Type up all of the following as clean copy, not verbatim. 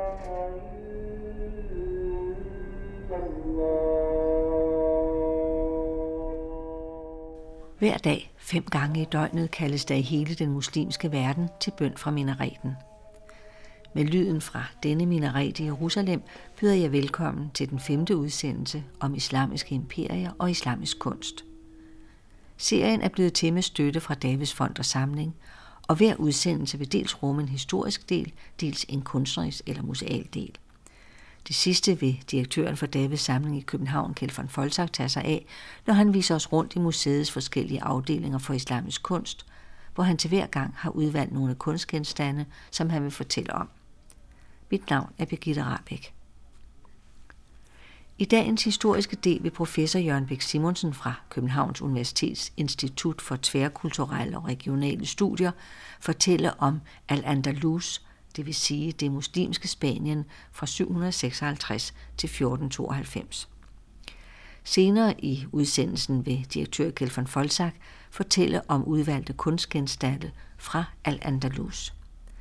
Hver dag 5 gange i døgnet kaldes der i hele den muslimske verden til bøn fra minareten. Med lyden fra denne minaret i Jerusalem byder jeg velkommen til den 5. udsendelse om islamiske imperier og islamisk kunst. Serien er blevet til med støtte fra Davids Fond og Samling, og hver udsendelse vil dels rumme en historisk del, dels en kunstnerisk eller museal del. Det sidste vil direktøren for Davids Samling i København, Kjeld von Folzak, tage sig af, når han viser os rundt i museets forskellige afdelinger for islamisk kunst, hvor han til hver gang har udvalgt nogle kunstgenstande, som han vil fortælle om. Mit navn er Birgitte Rahbek. I dagens historiske del vil professor Jørgen Bæk Simonsen fra Københavns Universitets Institut for Tværkulturelle og Regionale Studier fortælle om Al-Andalus, det vil sige det muslimske Spanien fra 756 til 1492. Senere i udsendelsen vil direktør Kjeld von Folzak fortælle om udvalgte kunstgenstande fra Al-Andalus.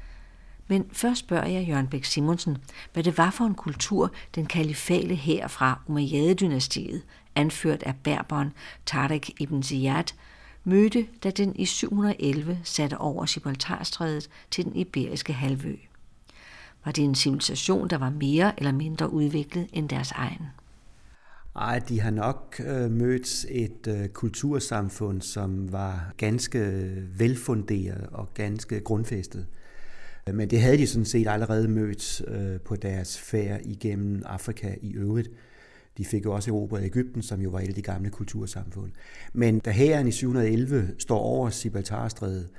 Men først spørger jeg Jørgen Bæk Simonsen, hvad det var for en kultur, den kalifale hær fra Umayyad-dynastiet, anført af berberen Tariq ibn Ziyad, mødte, da den i 711 satte over Gibraltarstrædet til den iberiske halvø. Var det en civilisation, der var mere eller mindre udviklet end deres egen? Ej, de har nok mødt et kultursamfund, som var ganske velfunderet og ganske grundfæstet. Men det havde de sådan set allerede mødt på deres færd igennem Afrika i øvrigt. De fik jo også erobret Egypten, som jo var et af de gamle kultursamfund. Men da hæren i 711 står over Gibraltarstrædet,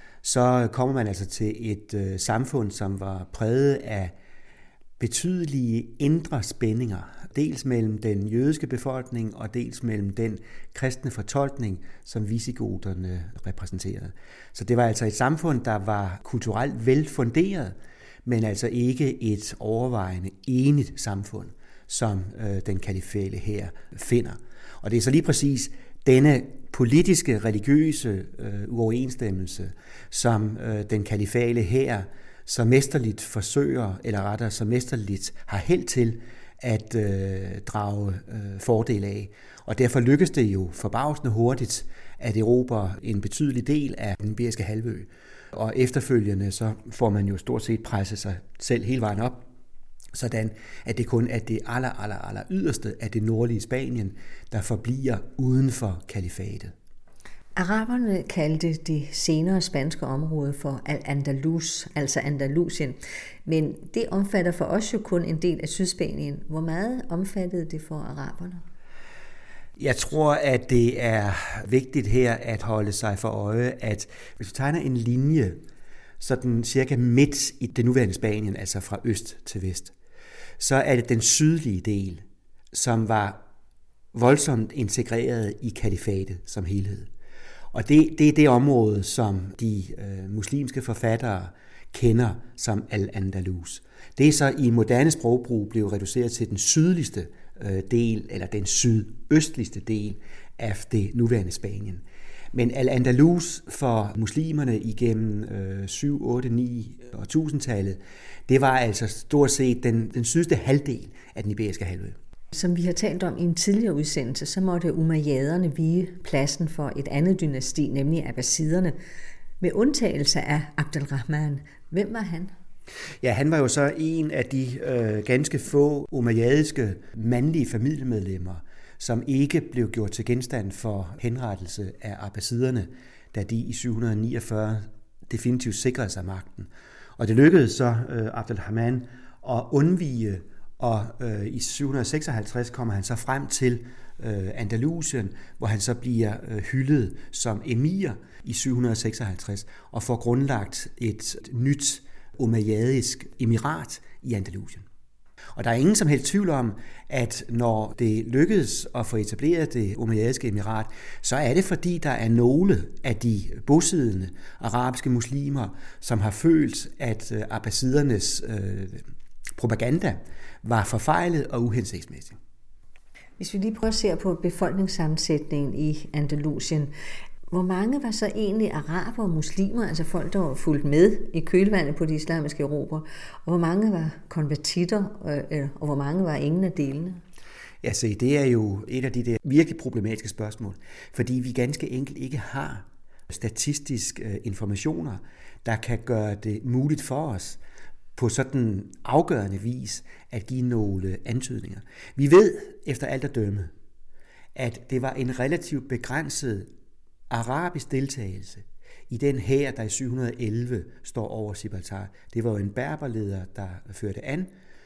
så kommer man altså til et samfund, som var præget af betydelige indre spændinger. Dels mellem den jødiske befolkning og dels mellem den kristne fortolkning, som visigoterne repræsenterede. Så det var altså et samfund, der var kulturelt velfunderet, men altså ikke et overvejende enigt samfund, som den kalifale hær finder. Og det er så lige præcis denne politiske, religiøse uoverensstemmelse, som den kalifale hær så mesterligt forsøger, eller rettere så mesterligt har held til at drage fordel af. Og derfor lykkes det jo forbavsende hurtigt at erobre en betydelig del af den iberiske halvø. Og efterfølgende så får man jo stort set presset sig selv hele vejen op, sådan at det kun er det aller yderste af det nordlige Spanien, der forbliver uden for kalifatet. Araberne kaldte det senere spanske område for Al-Andalus, altså Andalusien, men det omfatter for os jo kun en del af Sydspanien. Hvor meget omfattede det for araberne? Jeg tror, at det er vigtigt her at holde sig for øje, at hvis du tegner en linje, sådan cirka midt i det nuværende Spanien, altså fra øst til vest, så er det den sydlige del, som var voldsomt integreret i kalifatet som helhed. Og det er det område, som de muslimske forfattere kender som Al-Andalus. Det er så i moderne sprogbrug blevet reduceret til den sydligste del, eller den sydøstligste del af det nuværende Spanien. Men Al-Andalus for muslimerne igennem 7, 8, 9 og 1000-tallet, det var altså stort set den sydste halvdel af den iberiske halvø. Som vi har talt om i en tidligere udsendelse, så måtte umayyaderne vige pladsen for et andet dynasti, nemlig abbasiderne, med undtagelse af Abd al-Rahman. Hvem var han? Ja, han var jo så en af de ganske få umayyadiske mandlige familiemedlemmer, som ikke blev gjort til genstand for henrettelse af abbasiderne, da de i 749 definitivt sikrede sig magten. Og det lykkedes så Abd al-Rahman at undvige, og i 756 kommer han så frem til Andalusien, hvor han så bliver hyldet som emir i 756 og får grundlagt et nyt umayyadisk emirat i Andalusien. Og der er ingen som helst tvivl om, at når det lykkedes at få etableret det umayyadiske emirat, så er det fordi, der er nogle af de bosiddende arabiske muslimer, som har følt, at abbasidernes propaganda var forfejlet og uhensigtsmæssig. Hvis vi lige prøver at se på befolkningssammensætningen i Andalusien, Hvor mange var så egentlig araber og muslimer, altså folk, der var fulgt med i kølvandet på de islamiske erobrere, og hvor mange var konvertitter, og hvor mange var ingen af delene? Ja, se, det er jo et af de der virkelig problematiske spørgsmål, fordi vi ganske enkelt ikke har statistiske informationer, der kan gøre det muligt for os på sådan afgørende vis at give nogle antydninger. Vi ved efter alt at dømme, at det var en relativt begrænset arabisk deltagelse i den hær, der i 711 står over Gibraltar. Det var jo en berberleder, der førte an,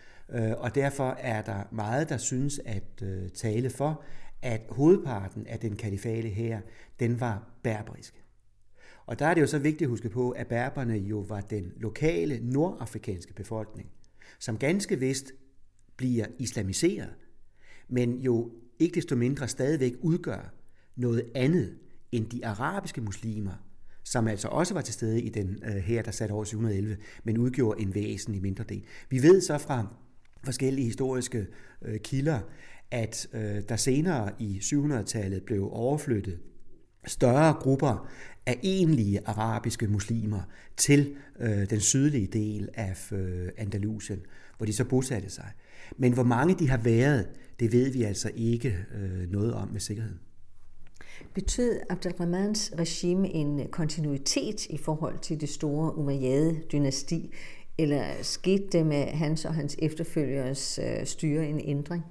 og derfor er der meget, der synes at tale for, at hovedparten af den kalifale hær, den var berberisk. Og der er det jo så vigtigt at huske på, at berberne jo var den lokale nordafrikanske befolkning, som ganske vist bliver islamiseret, men jo ikke desto mindre stadigvæk udgør noget andet end de arabiske muslimer, som altså også var til stede i den hær, der satte over 711, men udgjorde en væsentlig mindre del. Vi ved så fra forskellige historiske kilder, at der senere i 700-tallet blev overflyttet større grupper af egentlige arabiske muslimer til den sydlige del af Andalusien, hvor de så bosatte sig. Men hvor mange de har været, det ved vi altså ikke noget om med sikkerhed. Betød Abd-al-Rahmans regime en kontinuitet i forhold til det store Umayyad-dynasti, eller skete det med hans og hans efterfølgeres styre en ændring?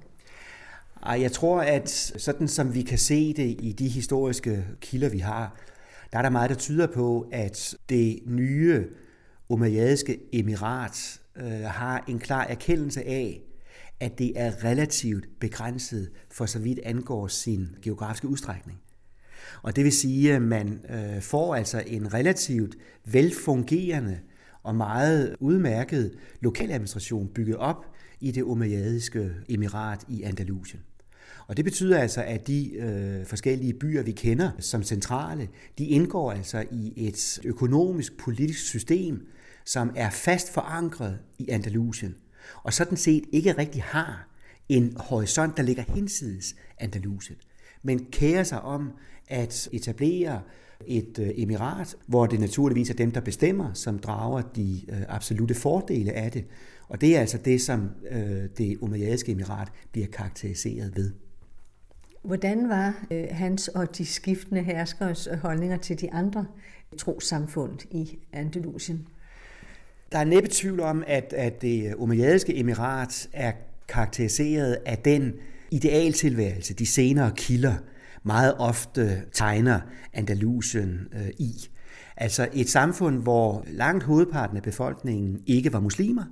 Jeg tror, at sådan som vi kan se det i de historiske kilder, vi har, der er der meget, der tyder på, at det nye umayyadiske emirat har en klar erkendelse af, at det er relativt begrænset for så vidt angår sin geografiske udstrækning. Og det vil sige, at man får altså en relativt velfungerende og meget udmærket lokaladministration bygget op i det umayyadiske emirat i Andalusien. Og det betyder altså, at de forskellige byer, vi kender som centrale, de indgår altså i et økonomisk, politisk system, som er fast forankret i Andalusien, og sådan set ikke rigtig har en horisont, der ligger hinsides Andalusien, men kærer sig om at etablere et emirat, hvor det naturligvis er dem, der bestemmer, som drager de absolute fordele af det. Og det er altså det, som det umayyadiske emirat bliver karakteriseret ved. Hvordan var hans og de skiftende herskers holdninger til de andre trossamfund i Andalusien? Der er næppe tvivl om, at det umayyadiske emirat er karakteriseret af den idealtilværelse, de senere kilder meget ofte tegner Andalusien i. Altså et samfund, hvor langt hovedparten af befolkningen ikke var muslimer,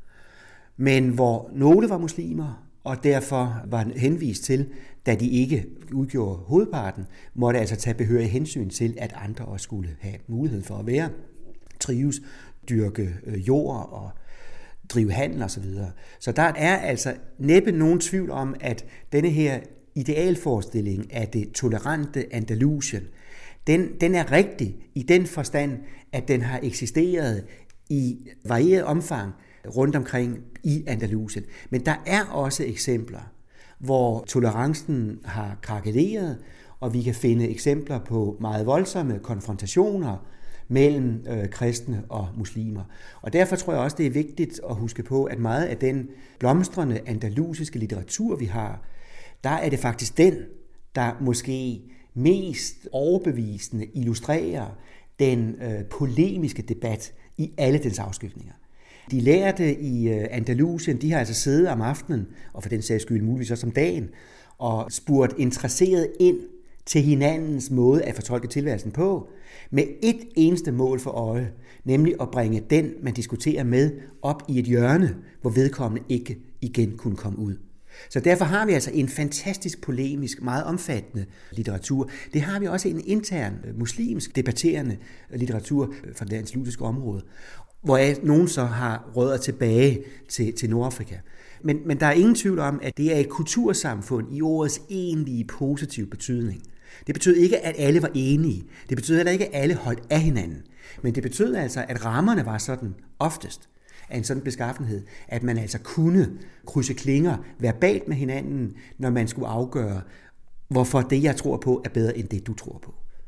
men hvor nogle var muslimer, og derfor var henvist til, da de ikke udgjorde hovedparten, måtte altså tage behørig hensyn til, at andre også skulle have mulighed for at være, trives, dyrke jord og drive handel osv. Så der er altså næppe nogen tvivl om, at denne her idealforestilling af det tolerante Andalusien, den er rigtig i den forstand, at den har eksisteret i varieret omfang rundt omkring i Andalusien. Men der er også eksempler, hvor tolerancen har krakeleret, og vi kan finde eksempler på meget voldsomme konfrontationer mellem kristne og muslimer. Og derfor tror jeg også, det er vigtigt at huske på, at meget af den blomstrende andalusiske litteratur, vi har, der er det faktisk den, der måske mest overbevisende illustrerer den polemiske debat i alle dens afskygninger. De lærte i Andalusien, de har altså siddet om aftenen, og for den sags skyld muligvis også om dagen, og spurgt interesseret ind til hinandens måde at fortolke tilværelsen på, med et eneste mål for øje, nemlig at bringe den, man diskuterer med, op i et hjørne, hvor vedkommende ikke igen kunne komme ud. Så derfor har vi altså en fantastisk polemisk, meget omfattende litteratur. Det har vi også en intern muslimsk debatterende litteratur fra det andalusiske område, hvor nogen så har rødder tilbage til Nordafrika. Men der er ingen tvivl om, at det er et kultursamfund i ordets egentlige positive betydning. Det betød ikke, at alle var enige. Det betød heller ikke, at alle holdt af hinanden. Men det betød altså, at rammerne var sådan oftest af en sådan beskaffenhed, at man altså kunne krydse klinger verbalt med hinanden, når man skulle afgøre, hvorfor det, jeg tror på, er bedre end det, du tror på.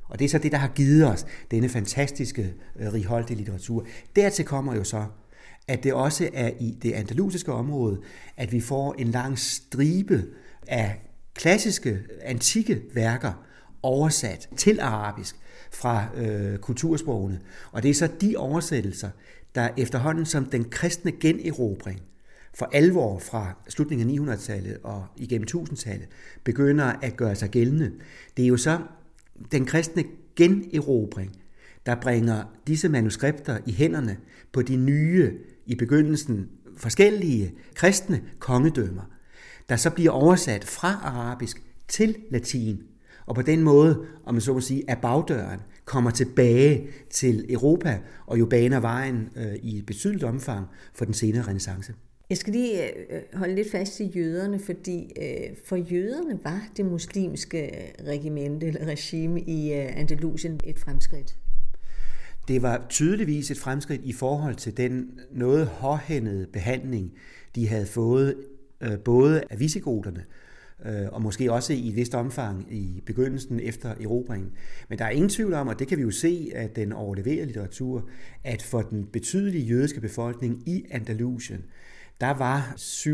Og det er så det, der har givet os denne fantastiske, righoldige litteratur. Dertil kommer jo så, at det også er i det andalusiske område, at vi får en lang stribe af klassiske, antikke værker oversat til arabisk fra kultursprogene. Og det er så de oversættelser, der efterhånden som den kristne generobring for alvor fra slutningen af 900-tallet og igennem 1000-tallet begynder at gøre sig gældende. Det er jo så den kristne generobring, der bringer disse manuskripter i hænderne på de nye, i begyndelsen forskellige kristne kongedømmer, der så bliver oversat fra arabisk til latin, og på den måde, om man så må sige, af bagdøren, kommer tilbage til Europa, og jo baner vejen i et betydeligt omfang for den senere renæssance. Jeg skal lige holde lidt fast i jøderne, fordi for jøderne var det muslimske regimente eller regime i Andalusien et fremskridt. Det var tydeligvis et fremskridt i forhold til den noget hårdhændede behandling, de havde fået både af visigoterne, og måske også i et vist omfang i begyndelsen efter erobringen. Men der er ingen tvivl om, og det kan vi jo se af den overleverede litteratur, at for den betydelige jødiske befolkning i Andalusien, der var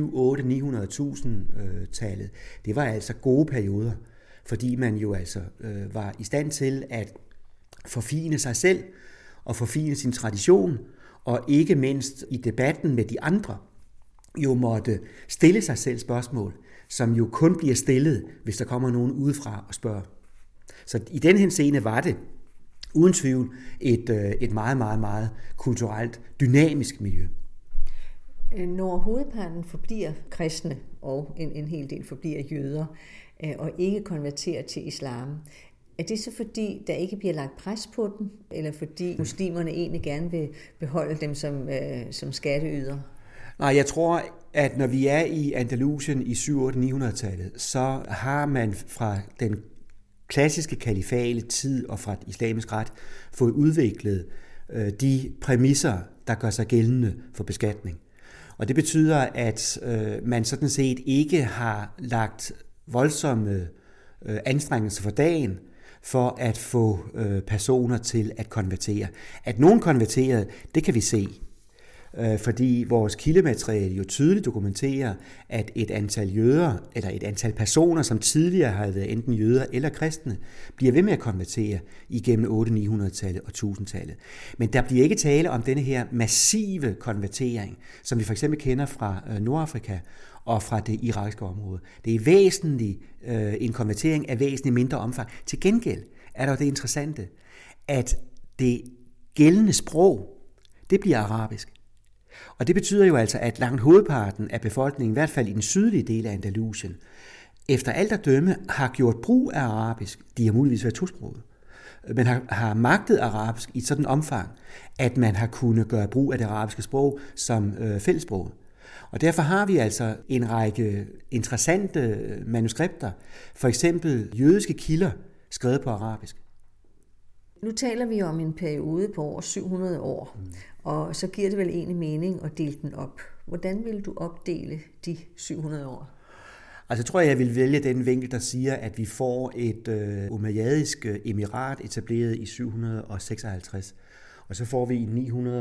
7-8-900.000-tallet. Det var altså gode perioder, fordi man jo altså var i stand til at forfine sig selv og forfine sin tradition, og ikke mindst i debatten med de andre, jo måtte stille sig selv spørgsmål, som jo kun bliver stillet, hvis der kommer nogen udefra og spørger. Så i den henseende var det uden tvivl et meget, meget, meget kulturelt dynamisk miljø. Når hovedparten forbliver kristne, og en hel del forbliver jøder, og ikke konverterer til islam, er det så fordi, der ikke bliver lagt pres på dem, eller fordi muslimerne egentlig gerne vil beholde dem som skatteyder? Nej, jeg tror, at når vi er i Andalusien i 7-8-900-tallet, så har man fra den klassiske kalifale tid og fra islamisk ret fået udviklet de præmisser, der gør sig gældende for beskatning. Og det betyder, at man sådan set ikke har lagt voldsomme anstrengelser for dagen for at få personer til at konvertere. At nogen konverterede, det kan vi se, fordi vores kildemateriale jo tydeligt dokumenterer, at et antal jøder, eller et antal personer, som tidligere har været enten jøder eller kristne, bliver ved med at konvertere igennem 800-900-tallet og 1000-tallet. Men der bliver ikke tale om denne her massive konvertering, som vi for eksempel kender fra Nordafrika og fra det irakiske område. Det er væsentligt en konvertering af væsentligt mindre omfang. Til gengæld er der jo det interessante, at det gældende sprog, det bliver arabisk. Og det betyder jo altså, at langt hovedparten af befolkningen, i hvert fald i den sydlige del af Andalusien, efter alt at dømme har gjort brug af arabisk. De har muligvis været tosprogede, men har magtet arabisk i sådan omfang, at man har kunnet gøre brug af det arabiske sprog som fællessprog. Og derfor har vi altså en række interessante manuskripter, for eksempel jødiske kilder, skrevet på arabisk. Nu taler vi om en periode på over 700 år, og så giver det vel egentlig mening at dele den op. Hvordan vil du opdele de 700 år? Altså jeg tror, jeg vil vælge den vinkel, der siger, at vi får et umayyadisk emirat etableret i 756, og så får vi i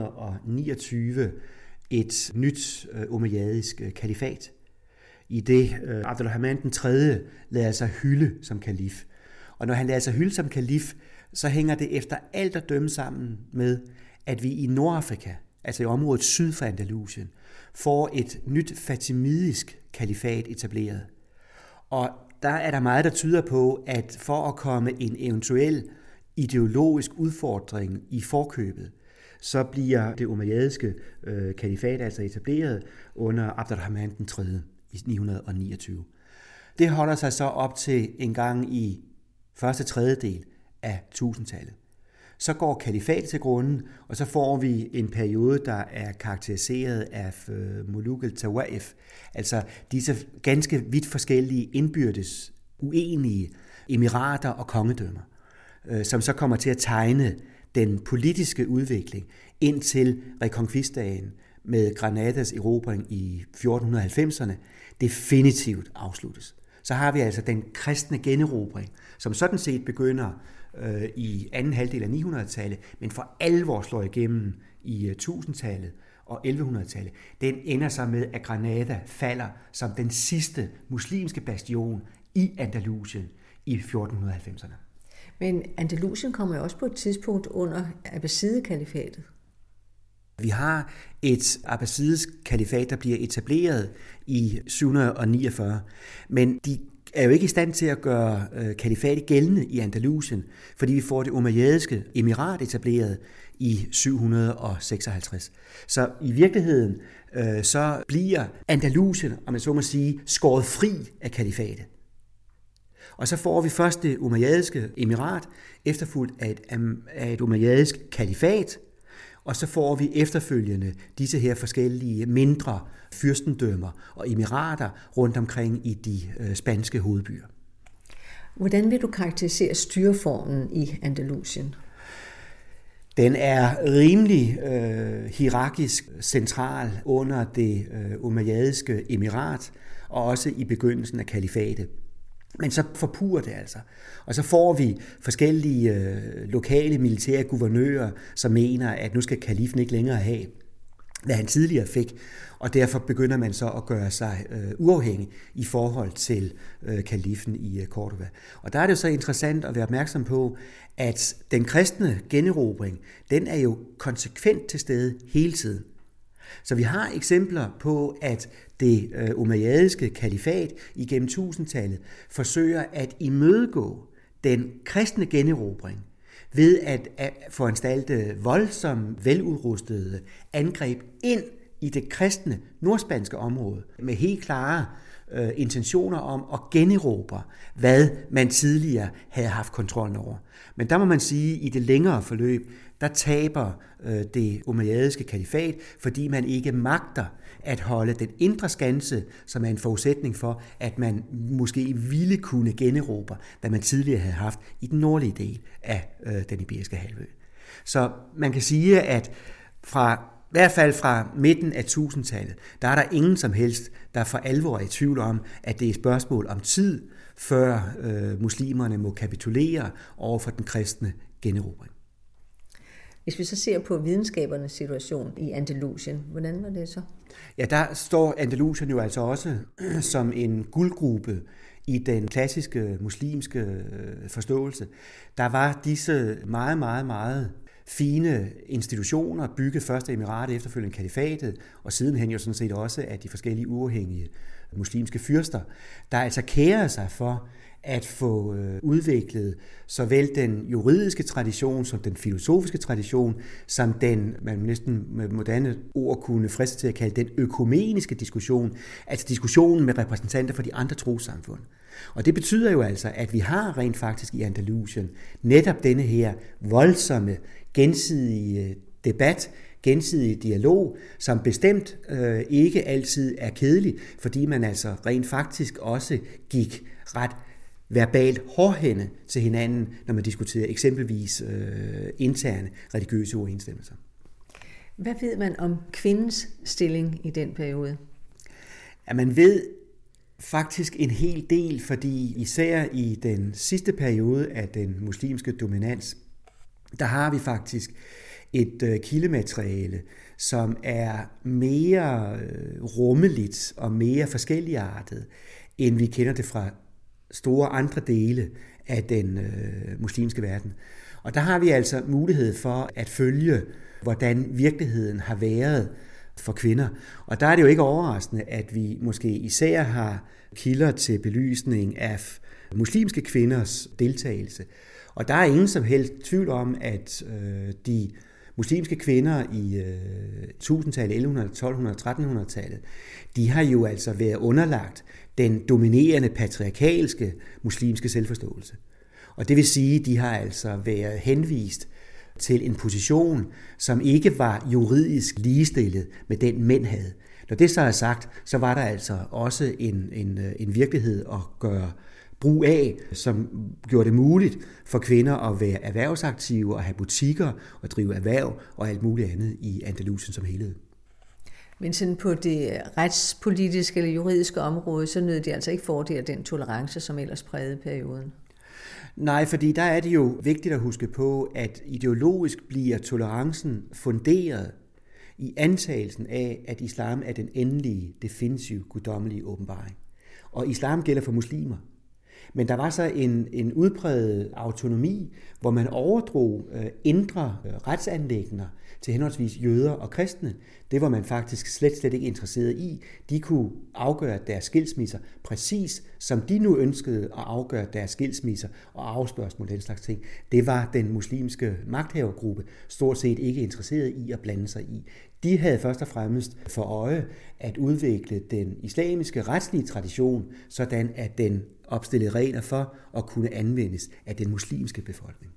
929 et nyt umayyadisk kalifat. I det Abdulrahman den 3. lader sig hylde som kalif. Og når han lader sig hylde som kalif, så hænger det efter alt at dømme sammen med, at vi i Nordafrika, altså i området syd for Andalusien, får et nyt fatimidisk kalifat etableret. Og der er der meget, der tyder på, at for at komme en eventuel ideologisk udfordring i forkøbet, så bliver det umayyadiske kalifat altså etableret under Abdulrahman den 3. i 929. Det holder sig så op til en gang i første tredjedel af 1000-tallet. Så går kalifatet til grunden, og så får vi en periode, der er karakteriseret af Muluk al-Tawaif, altså disse ganske vidt forskellige indbyrdes uenige emirater og kongedømmer, som så kommer til at tegne den politiske udvikling indtil reconquistaen med Granadas erobring i 1490'erne definitivt afsluttes. Så har vi altså den kristne generobring, som sådan set begynder i anden halvdel af 900-tallet, men for alvor slår igennem i 1000-tallet og 1100-tallet, den ender så med, at Granada falder som den sidste muslimske bastion i Andalusien i 1490'erne. Men Andalusien kommer jo også på et tidspunkt under Abbasidekalifatet. Vi har et abbasidisk kalifat, der bliver etableret i 749, men de er jo ikke i stand til at gøre kalifatet gældende i Andalusien, fordi vi får det umayyadiske emirat etableret i 756. Så i virkeligheden så bliver Andalusien, om man så må sige, skåret fri af kalifatet. Og så får vi først det umayyadiske emirat, efterfulgt af et umayyadisk kalifat, og så får vi efterfølgende disse her forskellige mindre fyrstendømmer og emirater rundt omkring i de spanske hovedbyer. Hvordan vil du karakterisere styreformen i Andalusien? Den er rimelig hierarkisk central under det umayyadiske emirat, og også i begyndelsen af kalifatet. Men så forpurer det altså. Og så får vi forskellige lokale militære guvernører, som mener, at nu skal kalifen ikke længere have, hvad han tidligere fik. Og derfor begynder man så at gøre sig uafhængig i forhold til kalifen i Córdoba. Og der er det så interessant at være opmærksom på, at den kristne generobring, den er jo konsekvent til stede hele tiden. Så vi har eksempler på, at det umayyadiske kalifat igennem 1000-tallet forsøger at imødegå den kristne generobring ved at foranstalte voldsomt veludrustede angreb ind i det kristne nordspanske område med helt klare intentioner om at generobre, hvad man tidligere havde haft kontrollen over. Men der må man sige, at i det længere forløb, der taber det umayyadiske kalifat, fordi man ikke magter at holde den indre skanse, som er en forudsætning for, at man måske ville kunne generobre, hvad man tidligere havde haft i den nordlige del af den iberiske halvø. Så man kan sige, at i hvert fald fra midten af 1000-tallet, der er der ingen som helst, der for alvor er i tvivl om, at det er et spørgsmål om tid, før muslimerne må kapitulere over for den kristne generobring. Hvis vi så ser på videnskabernes situation i Andalusien, hvordan var det så? Ja, der står Andalusien jo altså også som en guldgrube i den klassiske muslimske forståelse. Der var disse meget, meget, meget fine institutioner, bygget først af emiratet, efterfølgende kalifatet, og sidenhen jo sådan set også af de forskellige uafhængige muslimske fyrster, der altså kærede sig for at få udviklet såvel den juridiske tradition som den filosofiske tradition, som den, man næsten med moderne ord kunne friste til at kalde den økumeniske diskussion, altså diskussionen med repræsentanter for de andre trossamfund. Og det betyder jo altså, at vi har rent faktisk i Andalusien netop denne her voldsomme gensidige debat, gensidige dialog, som bestemt ikke altid er kedelig, fordi man altså rent faktisk også gik ret verbalt hårdhænde til hinanden, når man diskuterer eksempelvis interne religiøse uoverensstemmelser. Hvad ved man om kvindens stilling i den periode? Ja, man ved faktisk en hel del, fordi især i den sidste periode af den muslimske dominans, der har vi faktisk et kildemateriale, som er mere rummeligt og mere forskelligartet, end vi kender det fra store andre dele af den muslimske verden. Og der har vi altså mulighed for at følge, hvordan virkeligheden har været for kvinder. Og der er det jo ikke overraskende, at vi måske især har kilder til belysning af muslimske kvinders deltagelse. Og der er ingen som helst tvivl om, at de muslimske kvinder i 1000-tallet, 1100-tallet, 1200-tallet, 1300-tallet, de har jo altså været underlagt den dominerende patriarkalske muslimske selvforståelse. Og det vil sige, at de har altså været henvist til en position, som ikke var juridisk ligestillet med den mænd havde. Når det så er sagt, så var der altså også en virkelighed at gøre brug af, som gjorde det muligt for kvinder at være erhvervsaktive og have butikker og drive erhverv og alt muligt andet i Andalusien som helhed. Men sådan på det retspolitiske eller juridiske område, så nød de altså ikke fordele den tolerance, som ellers prægede perioden. Nej, fordi der er det jo vigtigt at huske på, at ideologisk bliver tolerancen funderet i antagelsen af, at islam er den endelige, definitive, guddommelige åbenbaring. Og islam gælder for muslimer. Men der var så en udpræget autonomi, hvor man overdrog indre retsanliggender til henholdsvis jøder og kristne. Det var man faktisk slet ikke interesseret i. De kunne afgøre deres skilsmisser præcis som de nu ønskede at afgøre deres skilsmisser og afspørgsmål den slags ting. Det var den muslimske magthavergruppe stort set ikke interesseret i at blande sig i. De havde først og fremmest for øje at udvikle den islamiske retslige tradition, sådan at den opstillede regler for at kunne anvendes af den muslimske befolkning.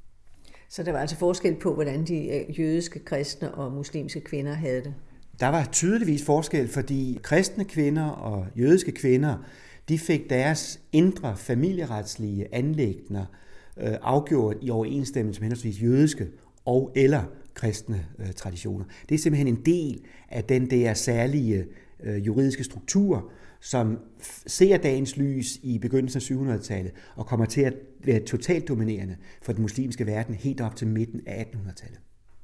Så der var altså forskel på, hvordan de jødiske, kristne og muslimske kvinder havde det? Der var tydeligvis forskel, fordi kristne kvinder og jødiske kvinder, de fik deres indre familieretslige anliggender afgjort i overensstemmelse med henholdsvis jødiske og eller kristne traditioner. Det er simpelthen en del af den der særlige juridiske struktur, som ser dagens lys i begyndelsen af 700-tallet og kommer til at være totalt dominerende for den muslimske verden helt op til midten af 1800-tallet.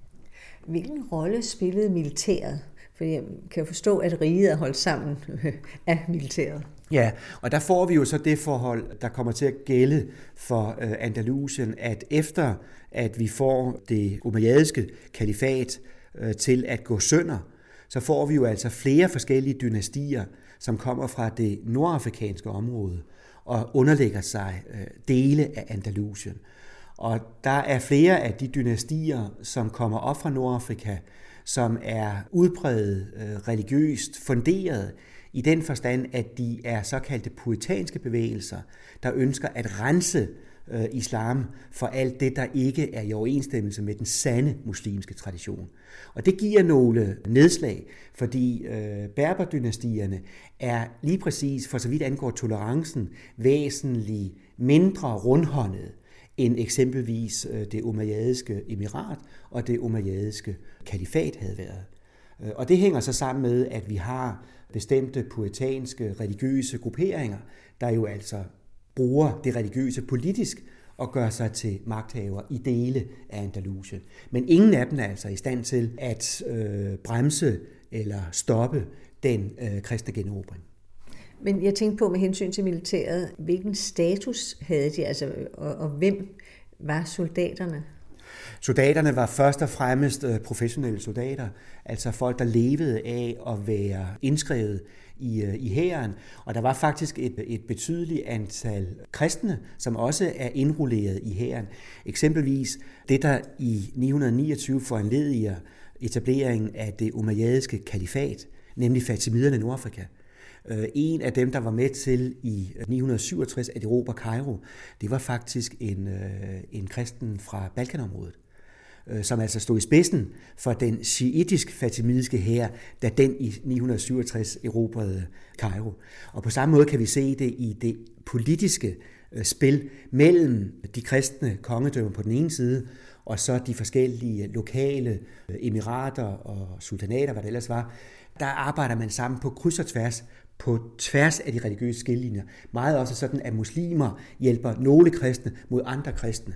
Hvilken rolle spillede militæret? For jeg kan forstå, at riget er holdt sammen af militæret. Ja, og der får vi jo så det forhold, der kommer til at gælde for Andalusien, at efter at vi får det umayyadiske kalifat til at gå sønder, så får vi jo altså flere forskellige dynastier, som kommer fra det nordafrikanske område og underlægger sig dele af Andalusien. Og der er flere af de dynastier, som kommer op fra Nordafrika, som er udpræget religiøst funderet i den forstand, at de er såkaldte puritanske bevægelser, der ønsker at rense islam for alt det, der ikke er i overensstemmelse med den sande muslimske tradition. Og det giver nogle nedslag, fordi berberdynastierne er lige præcis, for så vidt angår tolerancen, væsentligt mindre rundhåndet end eksempelvis det umayyadiske emirat og det umayyadiske kalifat havde været. Og det hænger så sammen med, at vi har bestemte puritanske religiøse grupperinger, der jo altså bruger det religiøse politisk og gør sig til magthaver i dele af Andalusien. Men ingen af dem er altså i stand til at bremse eller stoppe den kristne generobring. Men jeg tænkte på med hensyn til militæret, hvilken status havde de, altså, og hvem var soldaterne? Soldaterne var først og fremmest professionelle soldater, altså folk, der levede af at være indskrevet i hæren. Og der var faktisk et betydeligt antal kristne, som også er indrulleret i hæren. Eksempelvis det, der i 929 foranlediger etableringen af det umayyadiske kalifat, nemlig fatimiderne i Nordafrika. En af dem, der var med til i 967 at erobre Kairo, det var faktisk en kristen fra Balkanområdet, som altså stod i spidsen for den shiitisk-fatimidiske hær, da den i 967 erobrede Kairo. Og på samme måde kan vi se det i det politiske spil mellem de kristne kongedømmer på den ene side, og så de forskellige lokale emirater og sultanater, hvad det ellers var. Der arbejder man sammen på kryds og tværs, på tværs af de religiøse skillelinjer. Meget også sådan, at muslimer hjælper nogle kristne mod andre kristne,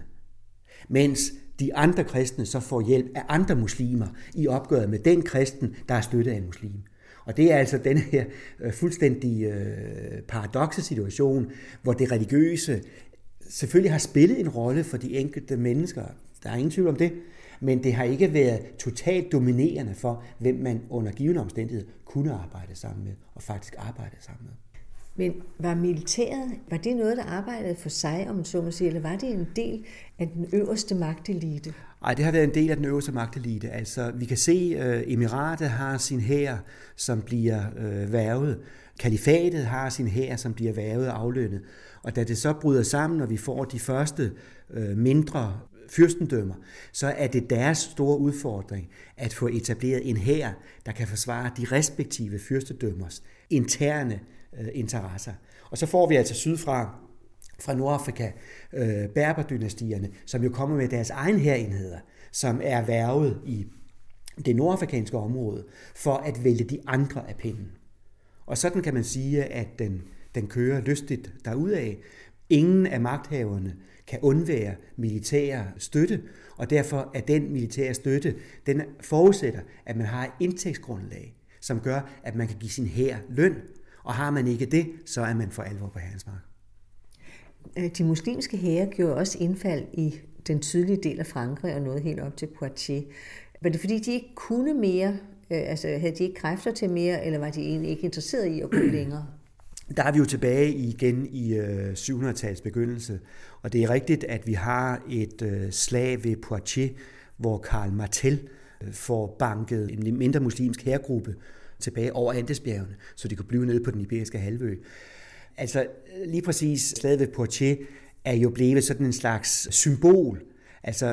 mens de andre kristne så får hjælp af andre muslimer i opgøret med den kristen, der er støttet af en muslim. Og det er altså den her fuldstændig paradokse situation, hvor det religiøse selvfølgelig har spillet en rolle for de enkelte mennesker. Der er ingen tvivl om det, men det har ikke været totalt dominerende for, hvem man under givne omstændigheder kunne arbejde sammen med, og faktisk arbejde sammen med. Men var militæret, var det noget, der arbejdede for sig, om man så må sige, eller var det en del af den øverste magtelite? Nej, det har været en del af den øverste magtelite. Altså, vi kan se, at emiratet har sin hær, som bliver værvet. Kalifatet har sin hær, som bliver værvet og aflønnet. Og da det så bryder sammen, og vi får de første mindre fyrstendømmer, så er det deres store udfordring at få etableret en hær, der kan forsvare de respektive fyrstendømmers interne interesser. Og så får vi altså sydfra, fra Nordafrika, berberdynastierne, som jo kommer med deres egen hærenheder, som er værvet i det nordafrikanske område, for at vælge de andre af pinden. Og sådan kan man sige, at den kører lystigt derudad. Ingen af magthaverne kan undvære militær støtte, og derfor er den militære støtte, den forudsætter, at man har et indtægtsgrundlag, som gør, at man kan give sin hær løn, og har man ikke det, så er man for alvor på herrens mark. De muslimske hære gjorde også indfald i den sydlige del af Frankrig og nåede helt op til Poitiers. Var det fordi, de ikke kunne mere? Altså havde de ikke kræfter til mere, eller var de egentlig ikke interesseret i at gå længere? Der er vi jo tilbage igen i 700-tallets begyndelse, og det er rigtigt, at vi har et slag ved Poitiers, hvor Karl Martel får banket en mindre muslimsk hærgruppe tilbage over Andesbjergene, så de kunne blive nede på den iberiske halvø. Altså lige præcis slaget ved Poitiers er jo blevet sådan en slags symbol. Altså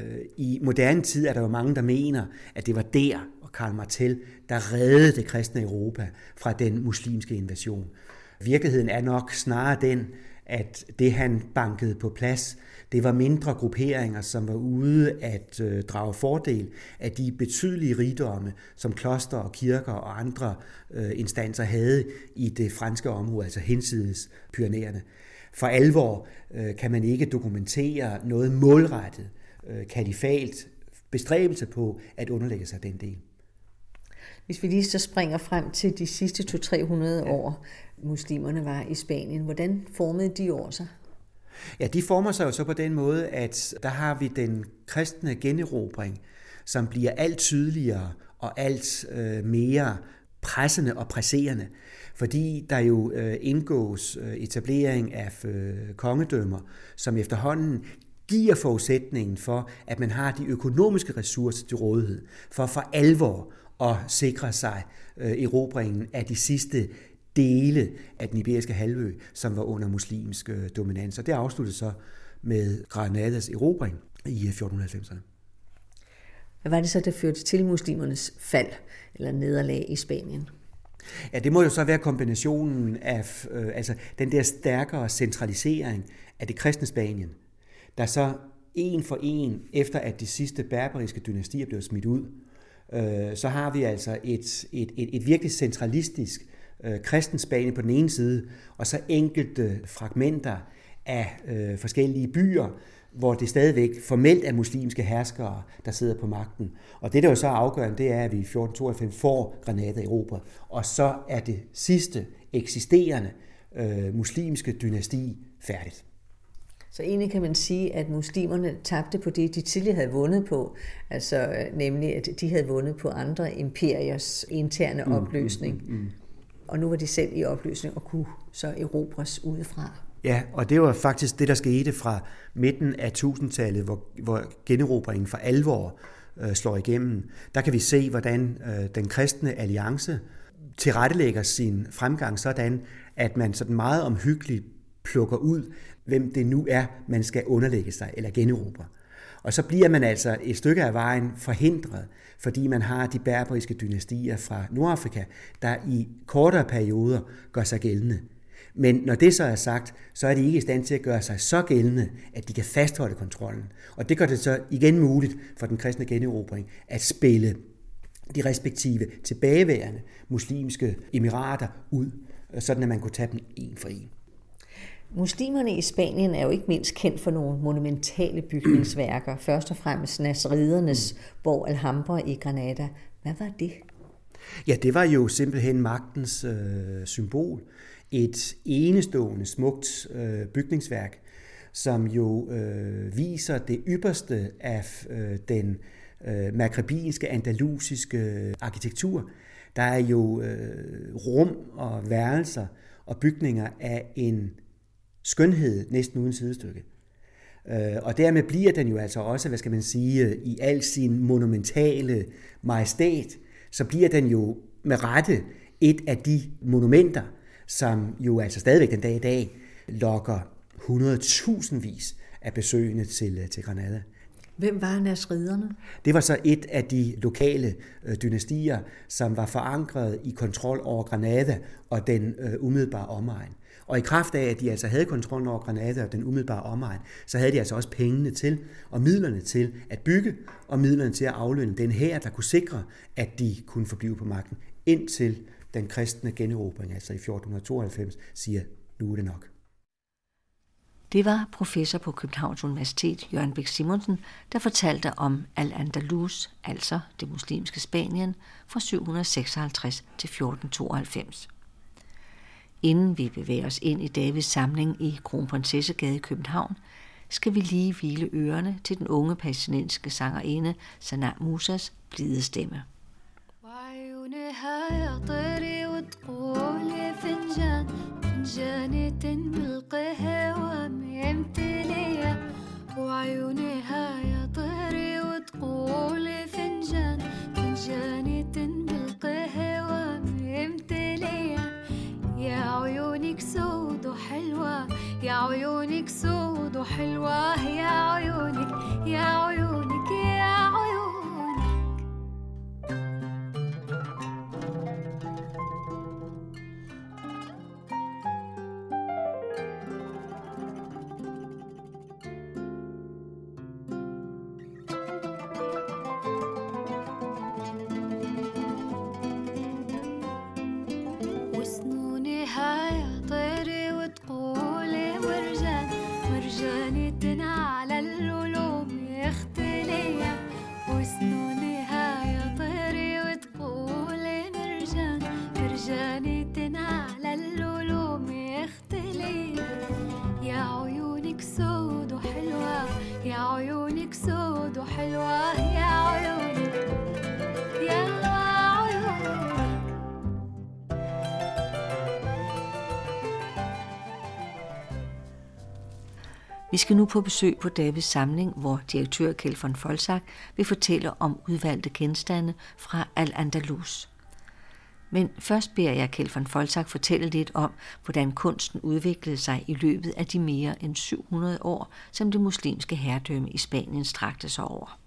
i moderne tid er der jo mange, der mener, at det var der, og Karl Martel, der reddede det kristne Europa fra den muslimske invasion. Virkeligheden er nok snarere den, at det han bankede på plads, det var mindre grupperinger, som var ude at drage fordel af de betydelige rigdomme, som kloster og kirker og andre instanser havde i det franske område, altså hinsides Pyrenæerne. For alvor kan man ikke dokumentere noget målrettet kalifalt bestræbelse på at underlægge sig den del. Hvis vi lige så springer frem til de sidste 200-300 år, muslimerne var i Spanien, hvordan formede de år sig? Ja, de former sig jo så på den måde, at der har vi den kristne generobring, som bliver alt tydeligere og alt mere pressende og presserende, fordi der jo indgås etablering af kongedømmer, som efterhånden giver forudsætningen for, at man har de økonomiske ressourcer til rådighed, for alvor at sikre sig erobringen af de sidste dele af den iberiske halvø, som var under muslimsk dominans. Og det afsluttede så med Granadas erobring i 1490'erne. Hvad var det så, der førte til muslimernes fald eller nederlag i Spanien? Ja, det må jo så være kombinationen af altså den der stærkere centralisering af det kristne Spanien, der så en for en, efter at de sidste berberiske dynastier blev smidt ud, så har vi altså et virkelig centralistisk kristen Spanien på den ene side, og så enkelte fragmenter af forskellige byer, hvor det stadigvæk formelt er muslimske herskere, der sidder på magten. Og det, der jo så er afgørende, det er, at vi i 1492 får Granada erobret, og så er det sidste eksisterende muslimske dynasti færdigt. Så egentlig kan man sige, at muslimerne tabte på det, de tidligere havde vundet på, altså nemlig, at de havde vundet på andre imperiers interne opløsning. Og nu var de selv i opløsning og kunne så erobres udefra. Ja, og det var faktisk det, der skete fra midten af 1000-tallet, hvor generobringen for alvor slår igennem. Der kan vi se, hvordan den kristne alliance tilrettelægger sin fremgang sådan, at man sådan meget omhyggeligt plukker ud, hvem det nu er, man skal underlægge sig eller generobre. Og så bliver man altså et stykke af vejen forhindret, fordi man har de berberiske dynastier fra Nordafrika, der i kortere perioder gør sig gældende. Men når det så er sagt, så er de ikke i stand til at gøre sig så gældende, at de kan fastholde kontrollen. Og det gør det så igen muligt for den kristne generobring at spille de respektive tilbageværende muslimske emirater ud, sådan at man kunne tage dem en for en. Muslimerne i Spanien er jo ikke mindst kendt for nogle monumentale bygningsværker. Først og fremmest nasridernes borg Alhambra i Granada. Hvad var det? Ja, det var jo simpelthen magtens symbol. Et enestående smukt bygningsværk, som jo viser det ypperste af den maghrebinske, andalusiske arkitektur. Der er jo rum og værelser og bygninger af en skønhed næsten uden sidestykke. Og dermed bliver den jo altså også, hvad skal man sige, i al sin monumentale majestæt, så bliver den jo med rette et af de monumenter, som jo altså stadigvæk den dag i dag lokker 100.000vis af besøgende til Granada. Hvem var nasriderne? Det var så et af de lokale dynastier, som var forankret i kontrol over Granada og den umiddelbare omegn. Og i kraft af, at de altså havde kontrol over Granada og den umiddelbare omegn, så havde de altså også pengene til og midlerne til at bygge og midlerne til at aflønne den hær, der kunne sikre, at de kunne forblive på magten, indtil den kristne generobring, altså i 1492, siger, nu er det nok. Det var professor på Københavns Universitet, Jørgen Bæk Simonsen, der fortalte om Al-Andalus, altså det muslimske Spanien, fra 756 til 1492. Inden vi bevæger os ind i Davids samling i Kronprinsessegade i København, skal vi lige hvile ørerne til den unge palæstinensiske sangerinde Sanaa Musas blide stemme. وعيونها يا طيري وتقولي فنجان فنجانة بالقهوة ممتلية يا عيونك سود وحلوة يا عيونك سود وحلوة يا عيونك يا عيونك يا عيونك. Vi skal nu på besøg på Davids samling, hvor direktør Kjeld von Folsak vil fortælle om udvalgte genstande fra Al-Andalus. Men først beder jeg Kjeld von Folsak fortælle lidt om, hvordan kunsten udviklede sig i løbet af de mere end 700 år, som det muslimske herredømme i Spanien strakte sig over.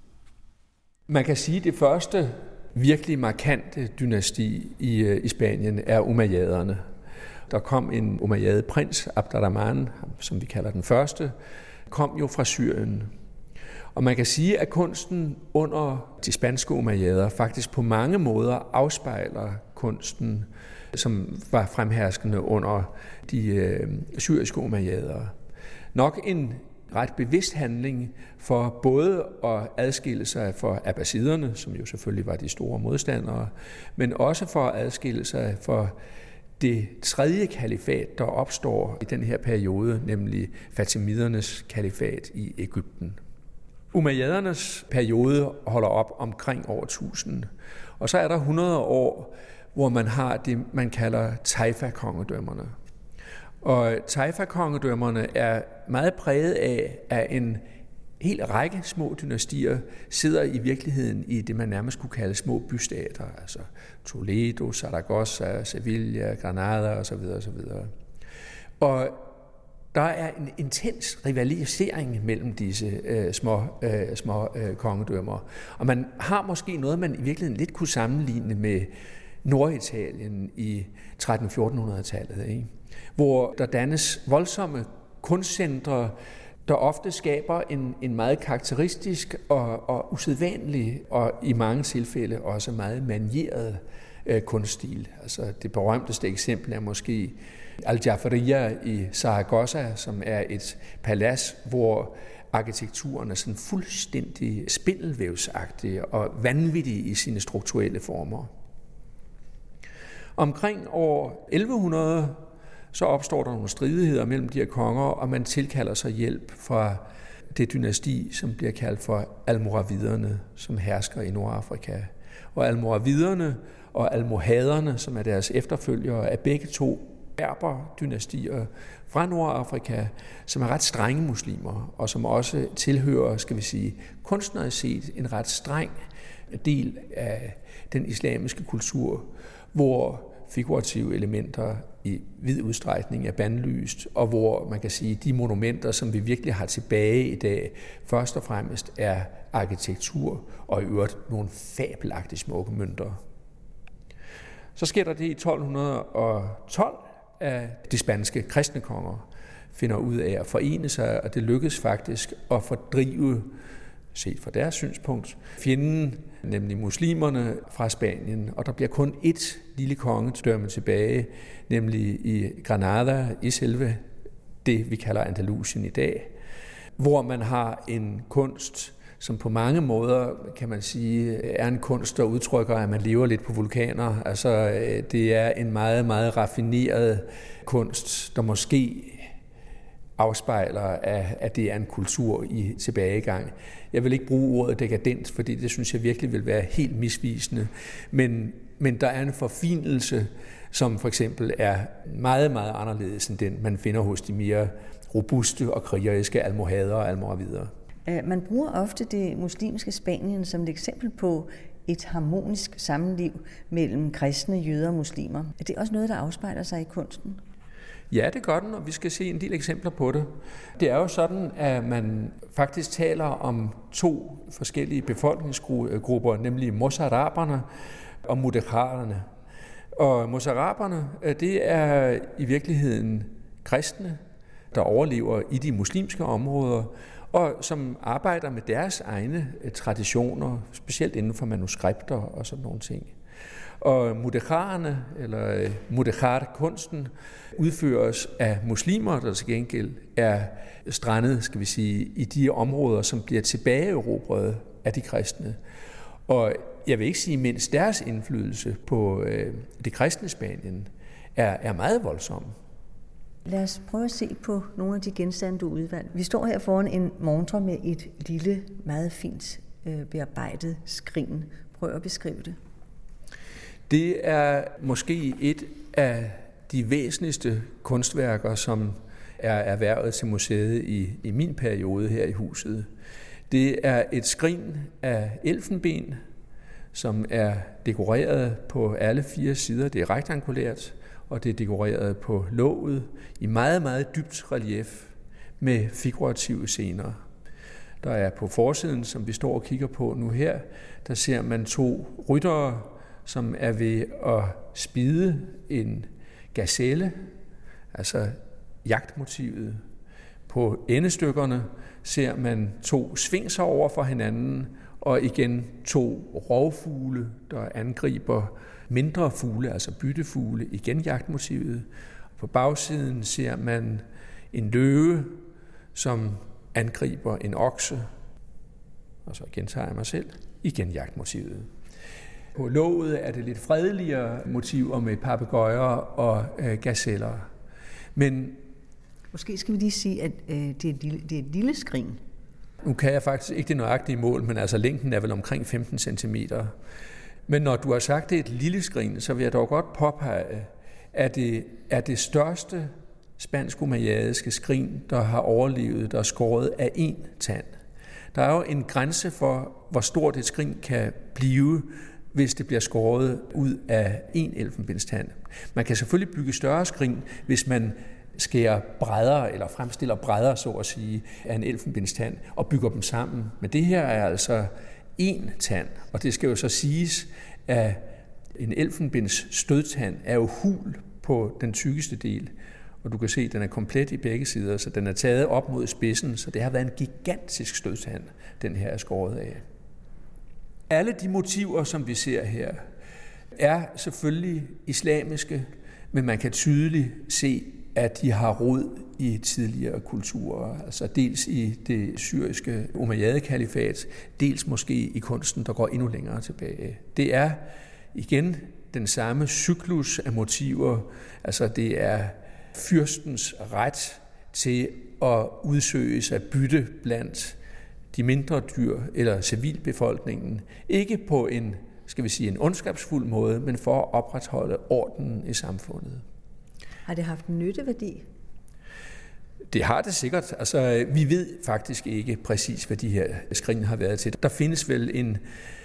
Man kan sige, at det første virkelig markante dynasti i Spanien er umayyaderne. Der kom en umayyad-prins, Abd ar-Rahman, som vi kalder den første, kom jo fra Syrien. Og man kan sige, at kunsten under de spanske umayyader faktisk på mange måder afspejler kunsten, som var fremherskende under de syriske umayyader. Nok en ret bevidst handling for både at adskille sig fra abbasiderne, som jo selvfølgelig var de store modstandere, men også for at adskille sig for det tredje kalifat, der opstår i den her periode, nemlig Fatimidernes kalifat i Egypten. Umayyadernes periode holder op omkring år 1000, og så er der 100 år, hvor man har det, man kalder Taifa-kongedømmerne. Og Taifa-kongedømmerne er meget præget af, at en hel række små dynastier sidder i virkeligheden i det, man nærmest kunne kalde små bystater, altså Toledo, Saragossa, Sevilla, Granada osv. osv. Og der er en intens rivalisering mellem disse små kongedømmer. Og man har måske noget, man i virkeligheden lidt kunne sammenligne med Norditalien i 1300-1400-tallet, ikke? Hvor der dannes voldsomme kunstcentre, der ofte skaber en meget karakteristisk og usædvanlig og i mange tilfælde også meget manieret kunststil. Altså det berømteste eksempel er måske Al-Jafaria i Saragossa, som er et palads, hvor arkitekturen er sådan fuldstændig spindelvævsagtig og vanvittig i sine strukturelle former. Omkring år 1100 så opstår der nogle stridigheder mellem de her konger, og man tilkalder sig hjælp fra det dynasti, som bliver kaldt for almoraviderne, som hersker i Nordafrika. Og almoraviderne og almohaderne, som er deres efterfølgere, er begge to berber-dynastier fra Nordafrika, som er ret strenge muslimer, og som også tilhører, skal vi sige, kunstnerisk set en ret streng del af den islamiske kultur, hvor figurative elementer i vid udstrækning er bandlyst, og hvor man kan sige, de monumenter, som vi virkelig har tilbage i dag, først og fremmest er arkitektur og i øvrigt nogle fabelagtigt smukke mønter. Så sker der det i 1212, at de spanske kristne konger finder ud af at forene sig, og det lykkes faktisk at fordrive, set fra deres synspunkt, fjenden, nemlig muslimerne fra Spanien, og der bliver kun ét lille kongedømme tilbage, nemlig i Granada, i selve det, vi kalder Andalusien i dag, hvor man har en kunst, som på mange måder, kan man sige, er en kunst, der udtrykker, at man lever lidt på vulkaner. Altså, det er en meget, meget raffineret kunst, der måske afspejler, at det er en kultur i tilbagegang. Jeg vil ikke bruge ordet dekadent, fordi det synes jeg virkelig vil være helt misvisende. Men der er en forfinelse, som for eksempel er meget, meget anderledes end den, man finder hos de mere robuste og krigeriske almohader og almoravider. Man bruger ofte det muslimske Spanien som et eksempel på et harmonisk sammenliv mellem kristne, jøder og muslimer. Er det også noget, der afspejler sig i kunsten? Ja, det gør den, og vi skal se en del eksempler på det. Det er jo sådan, at man faktisk taler om 2 forskellige befolkningsgrupper, nemlig mozaraberne og mudejarerne. Og mozaraberne, det er i virkeligheden kristne, der overlever i de muslimske områder, og som arbejder med deres egne traditioner, specielt inden for manuskripter og sådan nogle ting. Og mudejarerne, eller mudejar-kunsten, udføres af muslimer, der til gengæld er strandet, skal vi sige, i de områder, som bliver tilbageerobret af de kristne. Og jeg vil ikke sige, mindst deres indflydelse på det kristne Spanien er meget voldsom. Lad os prøve at se på nogle af de genstande, du udvalgte. Vi står her foran en montre med et lille, meget fint bearbejdet skrin. Prøv at beskrive det. Det er måske et af de væsentligste kunstværker, som er erhvervet til museet i min periode her i huset. Det er et skrin af elfenben, som er dekoreret på alle 4 sider. Det er rektangulært, og det er dekoreret på låget i meget, meget dybt relief med figurative scener. Der er på forsiden, som vi står og kigger på nu her, der ser man 2 ryttere, som er ved at spide en gazelle, altså jagtmotivet. På endestykkerne ser man 2 sfinkser over for hinanden, og igen 2 rovfugle, der angriber mindre fugle, altså byttefugle, igen jagtmotivet. På bagsiden ser man en løve, som angriber en okse, og så gentager jeg mig selv, igen jagtmotivet. På låget er det lidt fredeligere motiver med papegøjer og gazeller. Men måske skal vi lige sige, at det er et lille skrin. Nu kan jeg faktisk ikke det nøjagtige mål, men altså længden er vel omkring 15 cm. Men når du har sagt, det er et lille skrin, så vil jeg dog godt påpege, at det er det største spansk-umayyadiske skrin, der har overlevet, der er skåret af 1 tand. Der er jo en grænse for, hvor stort et skrin kan blive, hvis det bliver skåret ud af 1 elfenbenstand. Man kan selvfølgelig bygge større skrin, hvis man skærer brædder, eller fremstiller brædder, så at sige, af en elfenbenstand, og bygger dem sammen. Men det her er altså 1 tand, og det skal jo så siges, at en elfenbens stødtand er jo hul på den tykkeste del, og du kan se, at den er komplet i begge sider, så den er taget op mod spidsen, så det har været en gigantisk stødtand, den her er skåret af. Alle de motiver, som vi ser her, er selvfølgelig islamiske, men man kan tydeligt se, at de har rod i tidligere kulturer, altså dels i det syriske Umayyad-kalifat, dels måske i kunsten, der går endnu længere tilbage. Det er igen den samme cyklus af motiver, altså det er fyrstens ret til at udsøge sig bytte blandt de mindre dyr eller civilbefolkningen, ikke på en, skal vi sige, en ondskabsfuld måde, men for at opretholde ordenen i samfundet. Har det haft nytteværdi? Det har det sikkert. Altså, vi ved faktisk ikke præcis, hvad de her skrin har været til. Der findes vel en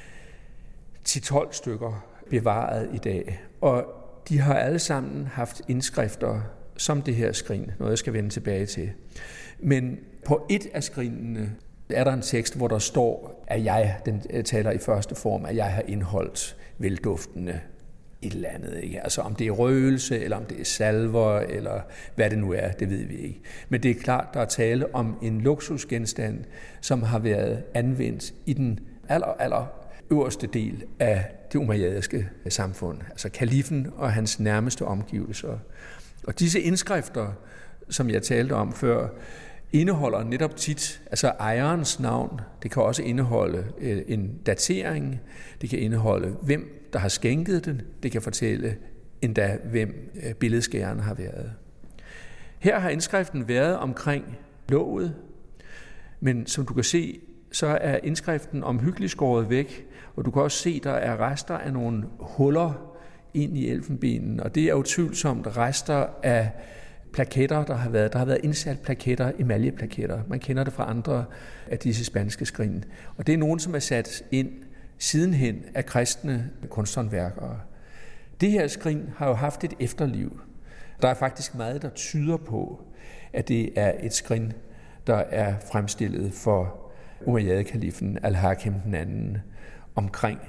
10-12 stykker bevaret i dag, og de har alle sammen haft indskrifter som det her skrin, noget jeg skal vende tilbage til. Men på et af skrinene er der en tekst, hvor der står, at den taler i første form, at jeg har indholdt velduftende et eller andet. Ikke? Altså om det er røgelse, eller om det er salver, eller hvad det nu er, det ved vi ikke. Men det er klart, der er tale om en luksusgenstand, som har været anvendt i den aller øverste del af det umayyadiske samfund. Altså kalifen og hans nærmeste omgivelser. Og disse indskrifter, som jeg talte om før, indeholder netop tit, altså ejerens navn. Det kan også indeholde en datering. Det kan indeholde, hvem der har skænket den. Det kan fortælle endda, hvem billedskæreren har været. Her har indskriften været omkring låget, men som du kan se, så er indskriften omhyggeligt skåret væk, og du kan også se, der er rester af nogle huller ind i elfenbenen, og det er utvivlsomt rester af plaketter, der har været indsat plaketter, emaljeplaketter. Man kender det fra andre af disse spanske skrin. Og det er nogen, som er sat ind sidenhen af kristne kunsthåndværkere. Det her skrin har jo haft et efterliv. Der er faktisk meget, der tyder på, at det er et skrin, der er fremstillet for Umayyad-kalifen Al-Hakim II omkring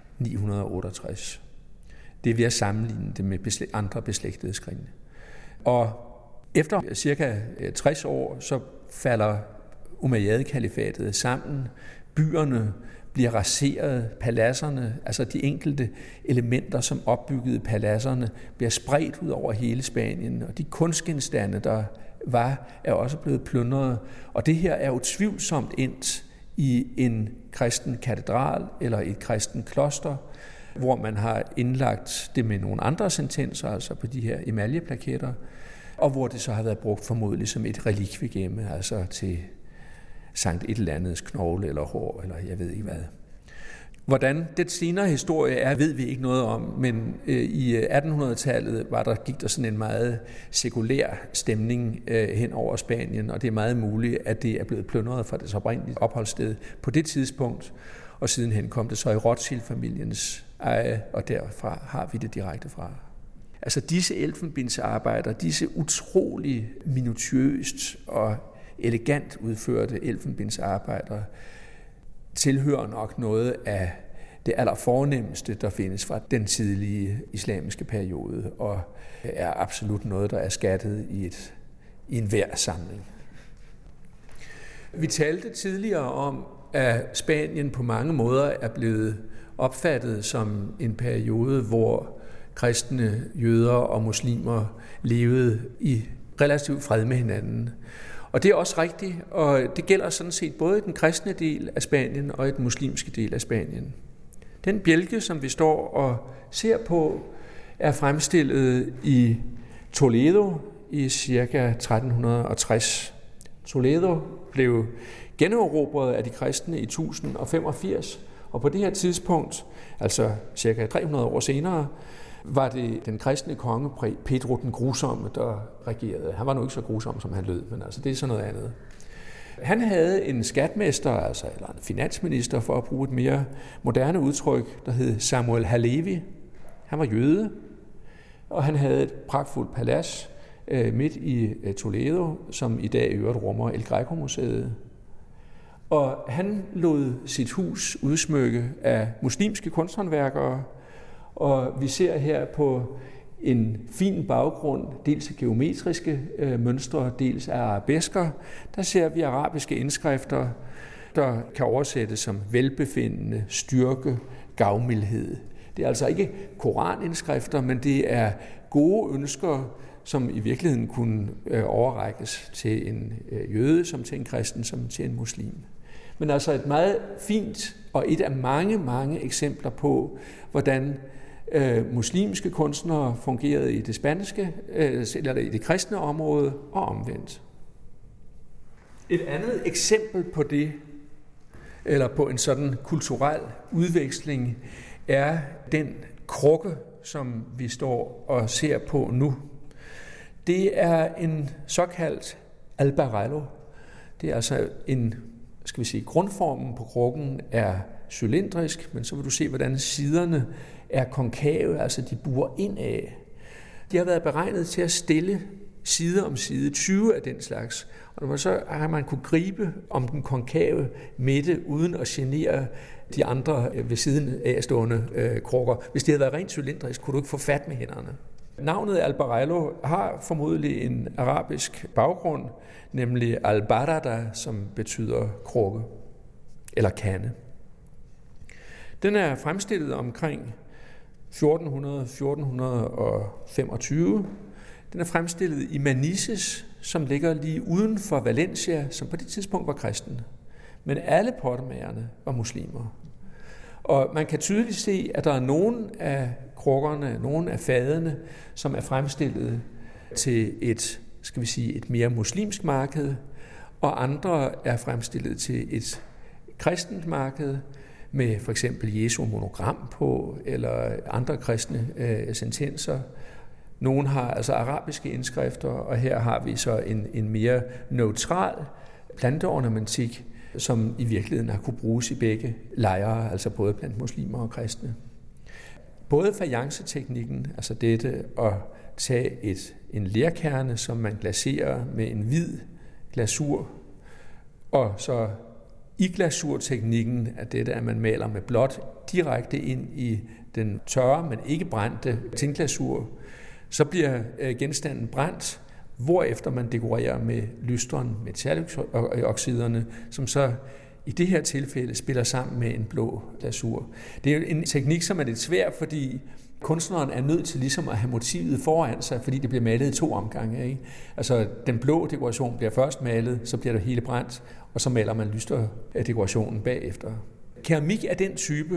968. Det er ved at sammenligne det med andre beslægtede skrin. Og efter cirka 60 år, så falder Umayyad-kalifatet sammen. Byerne bliver raseret, paladserne, altså de enkelte elementer, som opbyggede paladserne, bliver spredt ud over hele Spanien, og de kunstgenstande, der var, er også blevet plyndret. Og det her er utvivlsomt endt i en kristen katedral eller et kristen kloster, hvor man har indlagt det med nogle andre sentenser, altså på de her emaljeplaketter, og hvor det så har været brugt formodentlig som et relikviegemme, altså til Sankt et eller andet knogle eller hår, eller jeg ved ikke hvad. Hvordan det senere historie er, ved vi ikke noget om, men i 1800-tallet gik der sådan en meget sekulær stemning hen over Spanien, og det er meget muligt, at det er blevet plyndret fra dets oprindelige opholdssted på det tidspunkt, og sidenhen kom det så i Rothschild-familiens eje, og derfra har vi det direkte fra. Altså disse elfenbensarbejder, disse utrolig minutiøst og elegant udførte elfenbensarbejder, tilhører nok noget af det allerfornemmeste, der findes fra den tidlige islamiske periode, og er absolut noget, der er skattet i enhver samling. Vi talte tidligere om, at Spanien på mange måder er blevet opfattet som en periode, hvor kristne, jøder og muslimer levede i relativt fred med hinanden. Og det er også rigtigt, og det gælder sådan set både i den kristne del af Spanien og i den muslimske del af Spanien. Den bjælke, som vi står og ser på, er fremstillet i Toledo i ca. 1360. Toledo blev generobret af de kristne i 1085, og på det her tidspunkt, altså ca. 300 år senere, var det den kristne konge Pedro den Grusomme, der regerede. Han var nu ikke så grusom, som han lød, men altså det er sådan noget andet. Han havde en skatmester, eller en finansminister, for at bruge et mere moderne udtryk, der hed Samuel Halevi. Han var jøde, og han havde et pragtfuldt palads midt i Toledo, som i dag i øvrigt rummer El Greco-museet. Og han lod sit hus udsmykke af muslimske kunsthåndværkere, og vi ser her på en fin baggrund, dels af geometriske mønstre, dels af arabesker. Der ser vi arabiske indskrifter, der kan oversættes som velbefindende, styrke, gavmildhed. Det er altså ikke koranindskrifter, men det er gode ønsker, som i virkeligheden kunne overrækkes til en jøde, som til en kristen, som til en muslim. Men altså et meget fint og et af mange, mange eksempler på, hvordan muslimske kunstnere fungerede i det spanske, eller i det kristne område, og omvendt. Et andet eksempel på det, eller på en sådan kulturel udveksling, er den krukke, som vi står og ser på nu. Det er en såkaldt albarello. Det er altså grundformen på krukken er cylindrisk, men så vil du se, hvordan siderne er konkave, altså de buer indad. De har været beregnet til at stille side om side, 20 af den slags, og så har man kunne gribe om den konkave midte, uden at genere de andre ved siden af stående krukker. Hvis det havde været rent cylindrisk, kunne du ikke få fat med hænderne. Navnet albarello har formodentlig en arabisk baggrund, nemlig albarada, som betyder krukke eller kande. Den er fremstillet omkring 1400-1425. Den er fremstillet i Manises, som ligger lige uden for Valencia, som på det tidspunkt var kristne. Men alle pottemagerne var muslimer. Og man kan tydeligt se, at der er nogle af krukkerne, nogle af fadene, som er fremstillet til et mere muslimsk marked, og andre er fremstillet til et kristent marked, med for eksempel Jesu monogram på, eller andre kristne sentenser. Nogle har altså arabiske indskrifter, og her har vi så en mere neutral planteornamentik, som i virkeligheden har kunne bruges i begge lejre, altså både blandt muslimer og kristne. Både fajanceteknikken, altså dette at tage en lerkerne, som man glaserer med en hvid glasur, og så i glasurteknikken er dette, at man maler med blåt direkte ind i den tørre, men ikke brændte tindglasur. Så bliver genstanden brændt, hvorefter man dekorerer med lystron, metaloxiderne, som så i det her tilfælde spiller sammen med en blå glasur. Det er jo en teknik, som er lidt svær, fordi kunstneren er nødt til ligesom at have motivet foran sig, fordi det bliver malet i 2 omgange. Ikke? Altså den blå dekoration bliver først malet, så bliver det hele brændt, og så maler man lysterdekorationen bagefter. Keramik af den type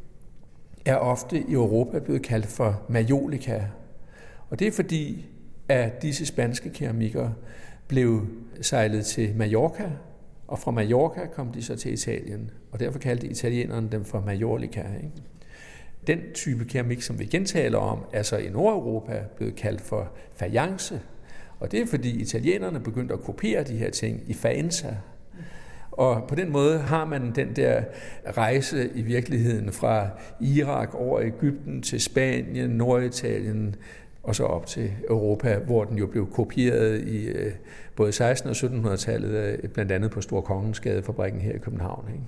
er ofte i Europa blevet kaldt for majolika. Og det er fordi, at disse spanske keramikker blev sejlet til Mallorca, og fra Mallorca kom de så til Italien, og derfor kaldte italienerne dem for majolika. Ikke? Den type keramik, som vi gentaler om, er så i Nordeuropa blevet kaldt for fajance, og det er fordi italienerne begyndte at kopiere de her ting i Faenza. Og på den måde har man den der rejse i virkeligheden fra Irak over Egypten til Spanien, Norditalien og så op til Europa, hvor den jo blev kopieret i både 1600- og 1700-tallet, blandt andet på Store Kongensgadefabrikken her i København. Ikke?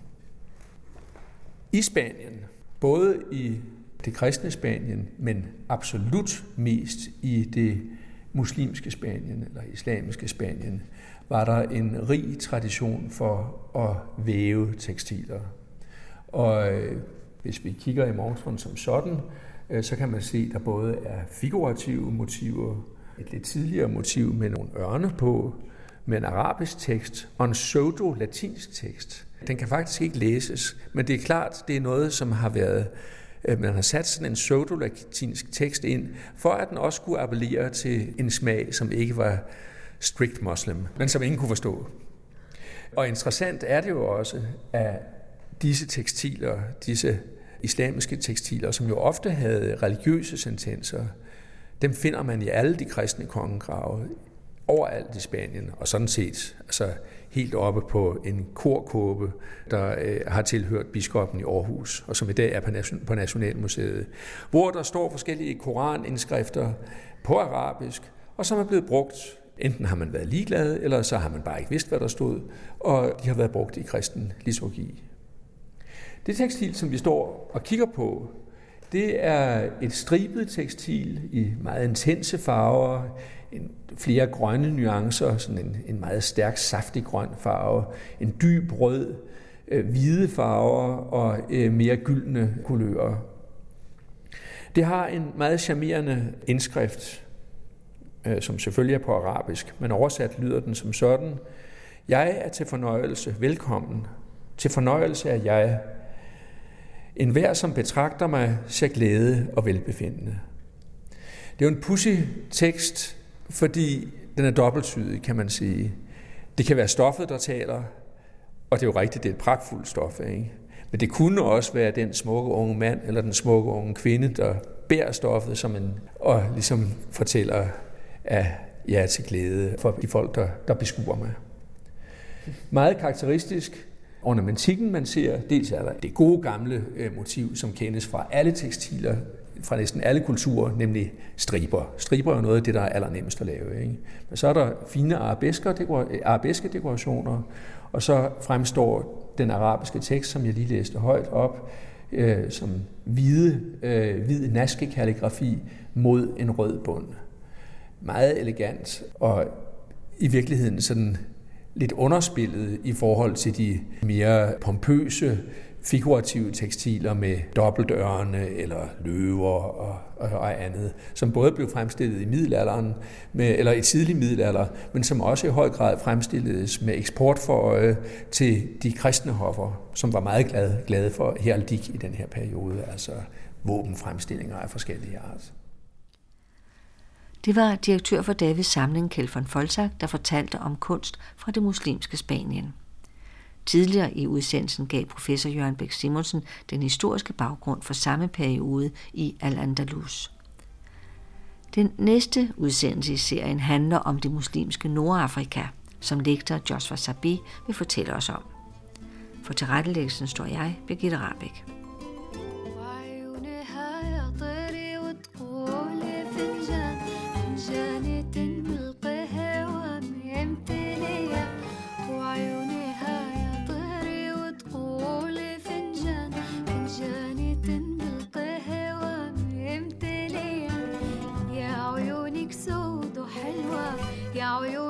I Spanien, både i det kristne Spanien, men absolut mest i det muslimske Spanien eller islamiske Spanien, var der en rig tradition for at væve tekstiler. Og hvis vi kigger i monstren som sådan, så kan man se, at der både er figurative motiver, et lidt tidligere motiv med nogle ørne på, med en arabisk tekst og en pseudo-latinsk tekst. Den kan faktisk ikke læses, men det er klart, det er noget, som har været, man har sat sådan en pseudo-latinsk tekst ind, for at den også skulle appellere til en smag, som ikke var strict muslim, men som ingen kunne forstå. Og interessant er det jo også, at disse tekstiler, disse islamiske tekstiler, som jo ofte havde religiøse sentenser, dem finder man i alle de kristne kongegrave, overalt i Spanien, og sådan set altså helt oppe på en korkåbe, der har tilhørt biskoppen i Aarhus, og som i dag er på Nationalmuseet, hvor der står forskellige koranindskrifter på arabisk, og som er blevet brugt. Enten har man været ligeglad, eller så har man bare ikke vidst, hvad der stod, og de har været brugt i kristen liturgi. Det tekstil, som vi står og kigger på, det er et stribet tekstil i meget intense farver, flere grønne nuancer, sådan en meget stærk, saftig grøn farve, en dyb rød, hvide farver og mere gyldne kulører. Det har en meget charmerende indskrift, som selvfølgelig er på arabisk, men oversat lyder den som sådan: Jeg er til fornøjelse velkommen. Til fornøjelse er jeg. Enhver, som betragter mig, ser glæde og velbefindende. Det er jo en pudsig tekst, fordi den er dobbelttydig, kan man sige. Det kan være stoffet, der taler, og det er jo rigtigt, det er et pragtfuldt stof, ikke? Men det kunne også være den smukke unge mand eller den smukke unge kvinde, der bærer stoffet og ligesom fortæller, at jeg er til glæde for de folk, der beskuer mig. Meget karakteristisk ornamentikken, man ser, dels er der det gode gamle motiv, som kendes fra alle tekstiler, fra næsten alle kulturer, nemlig striber. Striber er jo noget af det, der er allernemmest at lave. Ikke? Men så er der fine arabeske dekorationer, og så fremstår den arabiske tekst, som jeg lige læste højt op, som hvid naskekalligrafi mod en rød bund. Meget elegant, og i virkeligheden sådan lidt underspillet i forhold til de mere pompøse figurative tekstiler med dobbeltørne eller løver og andet, som både blev fremstillet i middelalderen, eller i tidlig middelalder, men som også i høj grad fremstilledes med eksport for øje til de kristne hoffer, som var meget glade for heraldik i den her periode, altså våbenfremstillinger af forskellige art. Det var direktør for Davids samling, Kjeld von Folsak, der fortalte om kunst fra det muslimske Spanien. Tidligere i udsendelsen gav professor Jørgen Bæk Simonsen den historiske baggrund for samme periode i Al-Andalus. Den næste udsendelse i serien handler om det muslimske Nordafrika, som lektor Joshua Sabi vil fortælle os om. For tilrettelæggelsen står jeg, Birgitte Rahbek. يا عيونك